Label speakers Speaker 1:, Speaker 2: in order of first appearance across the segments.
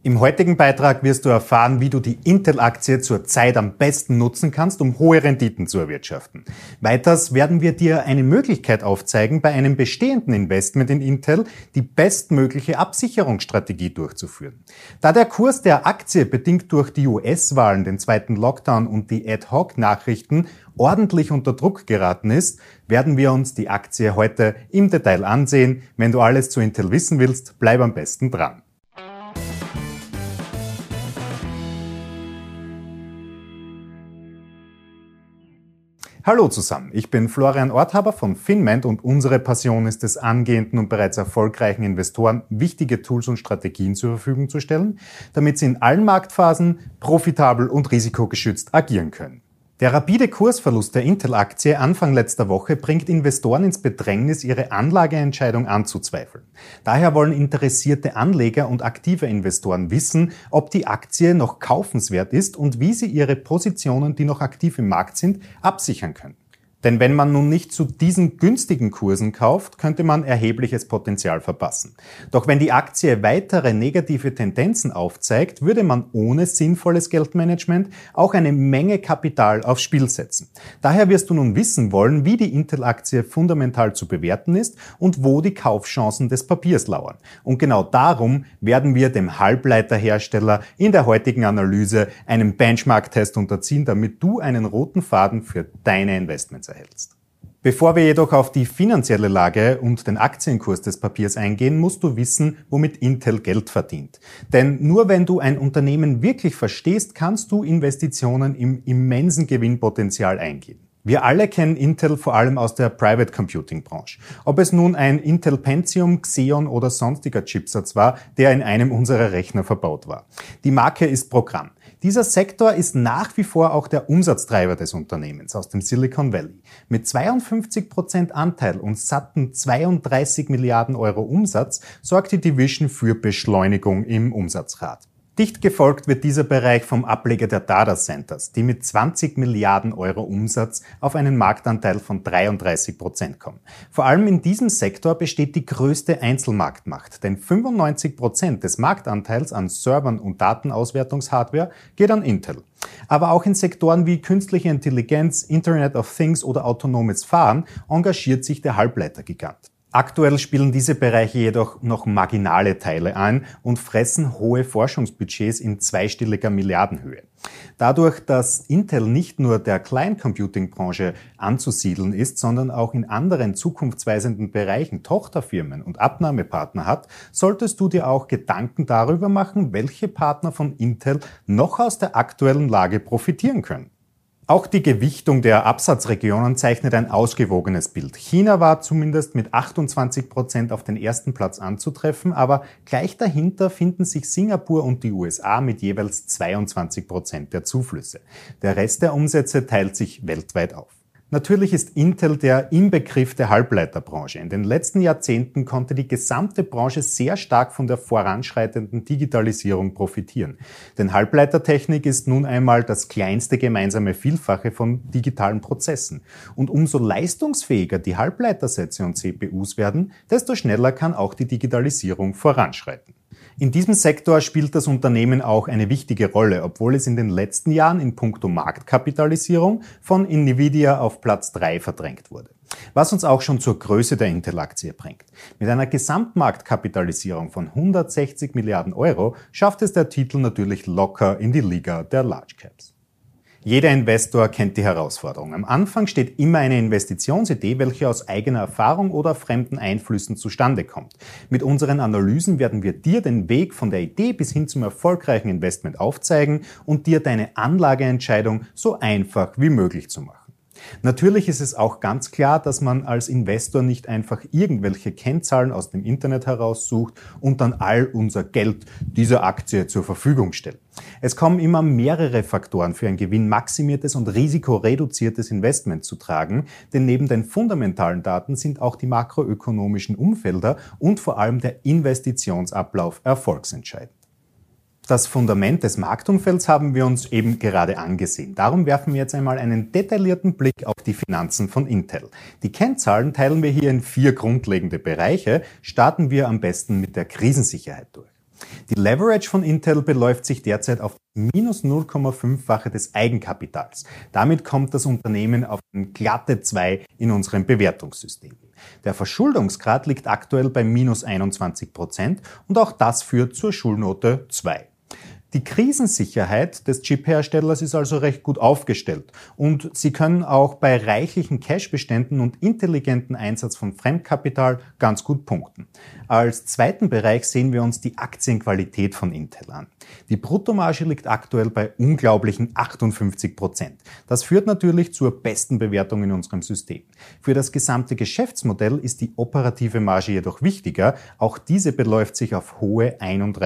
Speaker 1: Im heutigen Beitrag wirst du erfahren, wie du die Intel-Aktie zur Zeit am besten nutzen kannst, um hohe Renditen zu erwirtschaften. Weiters werden wir dir eine Möglichkeit aufzeigen, bei einem bestehenden Investment in Intel die bestmögliche Absicherungsstrategie durchzuführen. Da der Kurs der Aktie bedingt durch die US-Wahlen, den zweiten Lockdown und die Ad-Hoc-Nachrichten ordentlich unter Druck geraten ist, werden wir uns die Aktie heute im Detail ansehen. Wenn du alles zu Intel wissen willst, bleib am besten dran. Hallo zusammen, ich bin Florian Orthaber von Finment und unsere Passion ist es, angehenden und bereits erfolgreichen Investoren wichtige Tools und Strategien zur Verfügung zu stellen, damit sie in allen Marktphasen profitabel und risikogeschützt agieren können. Der rapide Kursverlust der Intel-Aktie Anfang letzter Woche bringt Investoren ins Bedrängnis, ihre Anlageentscheidung anzuzweifeln. Daher wollen interessierte Anleger und aktive Investoren wissen, ob die Aktie noch kaufenswert ist und wie sie ihre Positionen, die noch aktiv im Markt sind, absichern können. Denn wenn man nun nicht zu diesen günstigen Kursen kauft, könnte man erhebliches Potenzial verpassen. Doch wenn die Aktie weitere negative Tendenzen aufzeigt, würde man ohne sinnvolles Geldmanagement auch eine Menge Kapital aufs Spiel setzen. Daher wirst du nun wissen wollen, wie die Intel-Aktie fundamental zu bewerten ist und wo die Kaufchancen des Papiers lauern. Und genau darum werden wir dem Halbleiterhersteller in der heutigen Analyse einem Benchmark-Test unterziehen, damit du einen roten Faden für deine Investments erhältst. Bevor wir jedoch auf die finanzielle Lage und den Aktienkurs des Papiers eingehen, musst du wissen, womit Intel Geld verdient. Denn nur wenn du ein Unternehmen wirklich verstehst, kannst du Investitionen im immensen Gewinnpotenzial eingehen. Wir alle kennen Intel vor allem aus der Private Computing Branche. Ob es nun ein Intel Pentium, Xeon oder sonstiger Chipsatz war, der in einem unserer Rechner verbaut war. Die Marke ist Programm. Dieser Sektor ist nach wie vor auch der Umsatztreiber des Unternehmens aus dem Silicon Valley. Mit 52% Anteil und satten 32 Milliarden Euro Umsatz sorgt die Division für Beschleunigung im Umsatzrad. Dicht gefolgt wird dieser Bereich vom Ableger der Data Centers, die mit 20 Milliarden Euro Umsatz auf einen Marktanteil von 33% kommen. Vor allem in diesem Sektor besteht die größte Einzelmarktmacht, denn 95% des Marktanteils an Servern und Datenauswertungshardware geht an Intel. Aber auch in Sektoren wie künstliche Intelligenz, Internet of Things oder autonomes Fahren engagiert sich der Halbleitergigant. Aktuell spielen diese Bereiche jedoch noch marginale Teile ein und fressen hohe Forschungsbudgets in zweistelliger Milliardenhöhe. Dadurch, dass Intel nicht nur der Client-Computing-Branche anzusiedeln ist, sondern auch in anderen zukunftsweisenden Bereichen Tochterfirmen und Abnahmepartner hat, solltest du dir auch Gedanken darüber machen, welche Partner von Intel noch aus der aktuellen Lage profitieren können. Auch die Gewichtung der Absatzregionen zeichnet ein ausgewogenes Bild. China war zumindest mit 28% auf den ersten Platz anzutreffen, aber gleich dahinter finden sich Singapur und die USA mit jeweils 22% der Zuflüsse. Der Rest der Umsätze teilt sich weltweit auf. Natürlich ist Intel der Inbegriff der Halbleiterbranche. In den letzten Jahrzehnten konnte die gesamte Branche sehr stark von der voranschreitenden Digitalisierung profitieren. Denn Halbleitertechnik ist nun einmal das kleinste gemeinsame Vielfache von digitalen Prozessen. Und umso leistungsfähiger die Halbleitersätze und CPUs werden, desto schneller kann auch die Digitalisierung voranschreiten. In diesem Sektor spielt das Unternehmen auch eine wichtige Rolle, obwohl es in den letzten Jahren in puncto Marktkapitalisierung von Nvidia auf Platz 3 verdrängt wurde. Was uns auch schon zur Größe der Intel-Aktie bringt. Mit einer Gesamtmarktkapitalisierung von 160 Milliarden Euro schafft es der Titel natürlich locker in die Liga der Large Caps. Jeder Investor kennt die Herausforderung. Am Anfang steht immer eine Investitionsidee, welche aus eigener Erfahrung oder fremden Einflüssen zustande kommt. Mit unseren Analysen werden wir dir den Weg von der Idee bis hin zum erfolgreichen Investment aufzeigen und dir deine Anlageentscheidung so einfach wie möglich zu machen. Natürlich ist es auch ganz klar, dass man als Investor nicht einfach irgendwelche Kennzahlen aus dem Internet heraussucht und dann all unser Geld dieser Aktie zur Verfügung stellt. Es kommen immer mehrere Faktoren für ein gewinnmaximiertes und risikoreduziertes Investment zu tragen, denn neben den fundamentalen Daten sind auch die makroökonomischen Umfelder und vor allem der Investitionsablauf erfolgsentscheidend. Das Fundament des Marktumfelds haben wir uns eben gerade angesehen. Darum werfen wir jetzt einmal einen detaillierten Blick auf die Finanzen von Intel. Die Kennzahlen teilen wir hier in 4 grundlegende Bereiche. Starten wir am besten mit der Krisensicherheit durch. Die Leverage von Intel beläuft sich derzeit auf minus 0,5-fache des Eigenkapitals. Damit kommt das Unternehmen auf eine glatte 2 in unserem Bewertungssystem. Der Verschuldungsgrad liegt aktuell bei minus 21% und auch das führt zur Schulnote 2. Die Krisensicherheit des Chip-Herstellers ist also recht gut aufgestellt und Sie können auch bei reichlichen Cashbeständen und intelligenten Einsatz von Fremdkapital ganz gut punkten. Als zweiten Bereich sehen wir uns die Aktienqualität von Intel an. Die Bruttomarge liegt aktuell bei unglaublichen 58%. Das führt natürlich zur besten Bewertung in unserem System. Für das gesamte Geschäftsmodell ist die operative Marge jedoch wichtiger. Auch diese beläuft sich auf hohe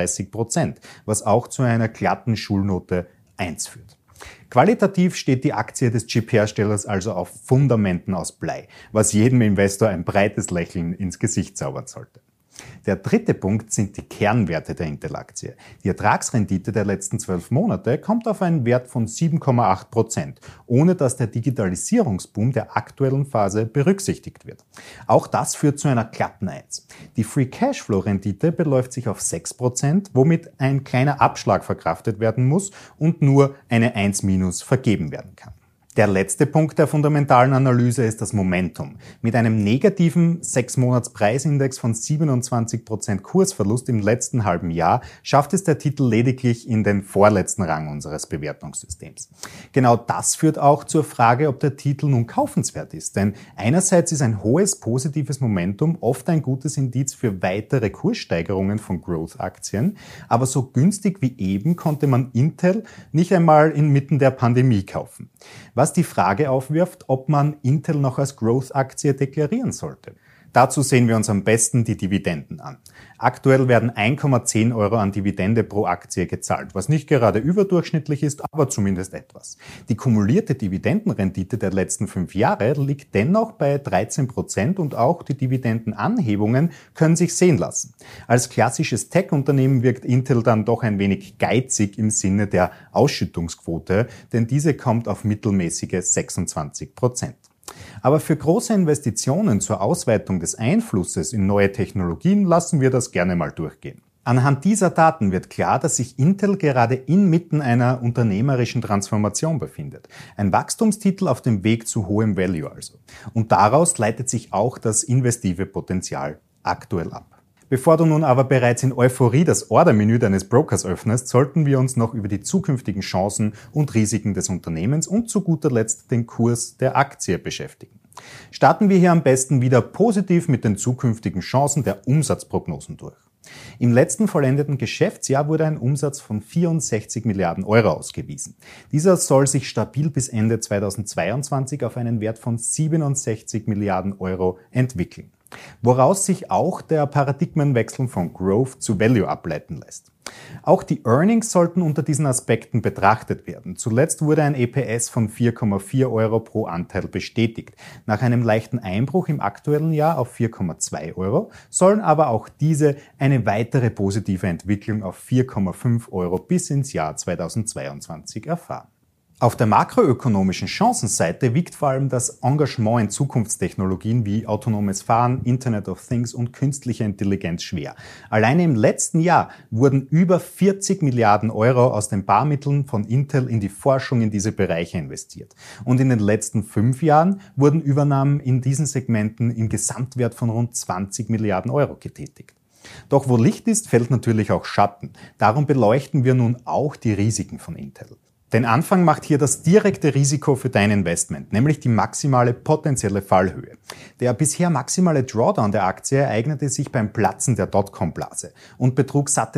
Speaker 1: 31%, was auch zu einer glatten Schulnote 1 führt. Qualitativ steht die Aktie des Chip-Herstellers also auf Fundamenten aus Blei, was jedem Investor ein breites Lächeln ins Gesicht zaubern sollte. Der dritte Punkt sind die Kernwerte der Intel-Aktie. Die Ertragsrendite der letzten 12 Monate kommt auf einen Wert von 7,8%, ohne dass der Digitalisierungsboom der aktuellen Phase berücksichtigt wird. Auch das führt zu einer glatten 1. Die Free Cashflow-Rendite beläuft sich auf 6%, womit ein kleiner Abschlag verkraftet werden muss und nur eine 1- vergeben werden kann. Der letzte Punkt der fundamentalen Analyse ist das Momentum. Mit einem negativen 6-Monats-Preisindex von 27% Kursverlust im letzten halben Jahr schafft es der Titel lediglich in den vorletzten Rang unseres Bewertungssystems. Genau das führt auch zur Frage, ob der Titel nun kaufenswert ist. Denn einerseits ist ein hohes positives Momentum oft ein gutes Indiz für weitere Kurssteigerungen von Growth-Aktien, aber so günstig wie eben konnte man Intel nicht einmal inmitten der Pandemie kaufen. Was die Frage aufwirft, ob man Intel noch als Growth-Aktie deklarieren sollte. Dazu sehen wir uns am besten die Dividenden an. Aktuell werden 1,10 € an Dividende pro Aktie gezahlt, was nicht gerade überdurchschnittlich ist, aber zumindest etwas. Die kumulierte Dividendenrendite der letzten 5 Jahre liegt dennoch bei 13% und auch die Dividendenanhebungen können sich sehen lassen. Als klassisches Tech-Unternehmen wirkt Intel dann doch ein wenig geizig im Sinne der Ausschüttungsquote, denn diese kommt auf mittelmäßige 26%. Aber für große Investitionen zur Ausweitung des Einflusses in neue Technologien lassen wir das gerne mal durchgehen. Anhand dieser Daten wird klar, dass sich Intel gerade inmitten einer unternehmerischen Transformation befindet. Ein Wachstumstitel auf dem Weg zu hohem Value also. Und daraus leitet sich auch das investive Potenzial aktuell ab. Bevor du nun aber bereits in Euphorie das Ordermenü deines Brokers öffnest, sollten wir uns noch über die zukünftigen Chancen und Risiken des Unternehmens und zu guter Letzt den Kurs der Aktie beschäftigen. Starten wir hier am besten wieder positiv mit den zukünftigen Chancen der Umsatzprognosen durch. Im letzten vollendeten Geschäftsjahr wurde ein Umsatz von 64 Milliarden € ausgewiesen. Dieser soll sich stabil bis Ende 2022 auf einen Wert von 67 Milliarden € entwickeln, woraus sich auch der Paradigmenwechsel von Growth zu Value ableiten lässt. Auch die Earnings sollten unter diesen Aspekten betrachtet werden. Zuletzt wurde ein EPS von 4,4 € pro Anteil bestätigt. Nach einem leichten Einbruch im aktuellen Jahr auf 4,2 € sollen aber auch diese eine weitere positive Entwicklung auf 4,5 € bis ins Jahr 2022 erfahren. Auf der makroökonomischen Chancenseite wiegt vor allem das Engagement in Zukunftstechnologien wie autonomes Fahren, Internet of Things und künstliche Intelligenz schwer. Alleine im letzten Jahr wurden über 40 Milliarden € aus den Barmitteln von Intel in die Forschung in diese Bereiche investiert. Und in den letzten 5 Jahren wurden Übernahmen in diesen Segmenten im Gesamtwert von rund 20 Milliarden € getätigt. Doch wo Licht ist, fällt natürlich auch Schatten. Darum beleuchten wir nun auch die Risiken von Intel. Den Anfang macht hier das direkte Risiko für dein Investment, nämlich die maximale potenzielle Fallhöhe. Der bisher maximale Drawdown der Aktie ereignete sich beim Platzen der Dotcom-Blase und betrug satte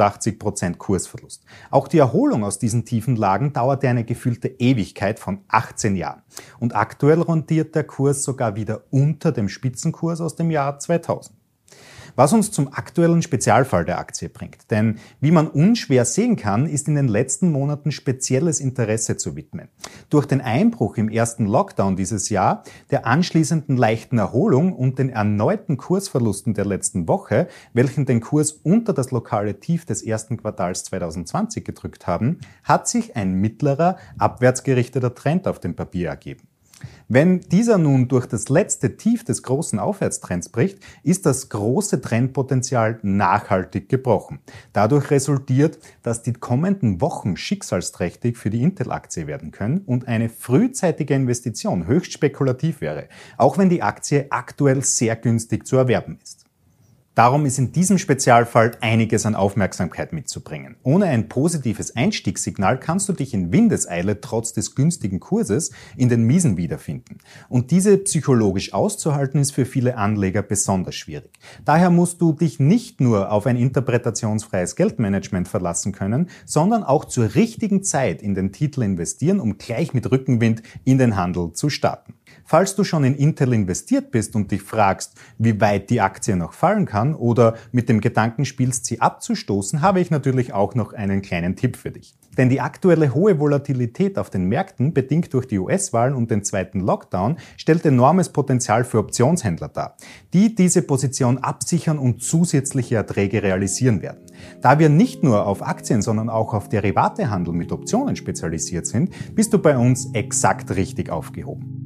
Speaker 1: 83% Kursverlust. Auch die Erholung aus diesen tiefen Lagen dauerte eine gefühlte Ewigkeit von 18 Jahren. Und aktuell rentiert der Kurs sogar wieder unter dem Spitzenkurs aus dem Jahr 2000. Was uns zum aktuellen Spezialfall der Aktie bringt. Denn wie man unschwer sehen kann, ist in den letzten Monaten spezielles Interesse zu widmen. Durch den Einbruch im ersten Lockdown dieses Jahr, der anschließenden leichten Erholung und den erneuten Kursverlusten der letzten Woche, welchen den Kurs unter das lokale Tief des ersten Quartals 2020 gedrückt haben, hat sich ein mittlerer, abwärtsgerichteter Trend auf dem Papier ergeben. Wenn dieser nun durch das letzte Tief des großen Aufwärtstrends bricht, ist das große Trendpotenzial nachhaltig gebrochen. Dadurch resultiert, dass die kommenden Wochen schicksalsträchtig für die Intel-Aktie werden können und eine frühzeitige Investition höchst spekulativ wäre, auch wenn die Aktie aktuell sehr günstig zu erwerben ist. Darum ist in diesem Spezialfall einiges an Aufmerksamkeit mitzubringen. Ohne ein positives Einstiegssignal kannst du dich in Windeseile trotz des günstigen Kurses in den Miesen wiederfinden. Und diese psychologisch auszuhalten ist für viele Anleger besonders schwierig. Daher musst du dich nicht nur auf ein interpretationsfreies Geldmanagement verlassen können, sondern auch zur richtigen Zeit in den Titel investieren, um gleich mit Rückenwind in den Handel zu starten. Falls du schon in Intel investiert bist und dich fragst, wie weit die Aktie noch fallen kann oder mit dem Gedanken spielst, sie abzustoßen, habe ich natürlich auch noch einen kleinen Tipp für dich. Denn die aktuelle hohe Volatilität auf den Märkten, bedingt durch die US-Wahlen und den zweiten Lockdown, stellt enormes Potenzial für Optionshändler dar, die diese Position absichern und zusätzliche Erträge realisieren werden. Da wir nicht nur auf Aktien, sondern auch auf Derivatehandel mit Optionen spezialisiert sind, bist du bei uns exakt richtig aufgehoben.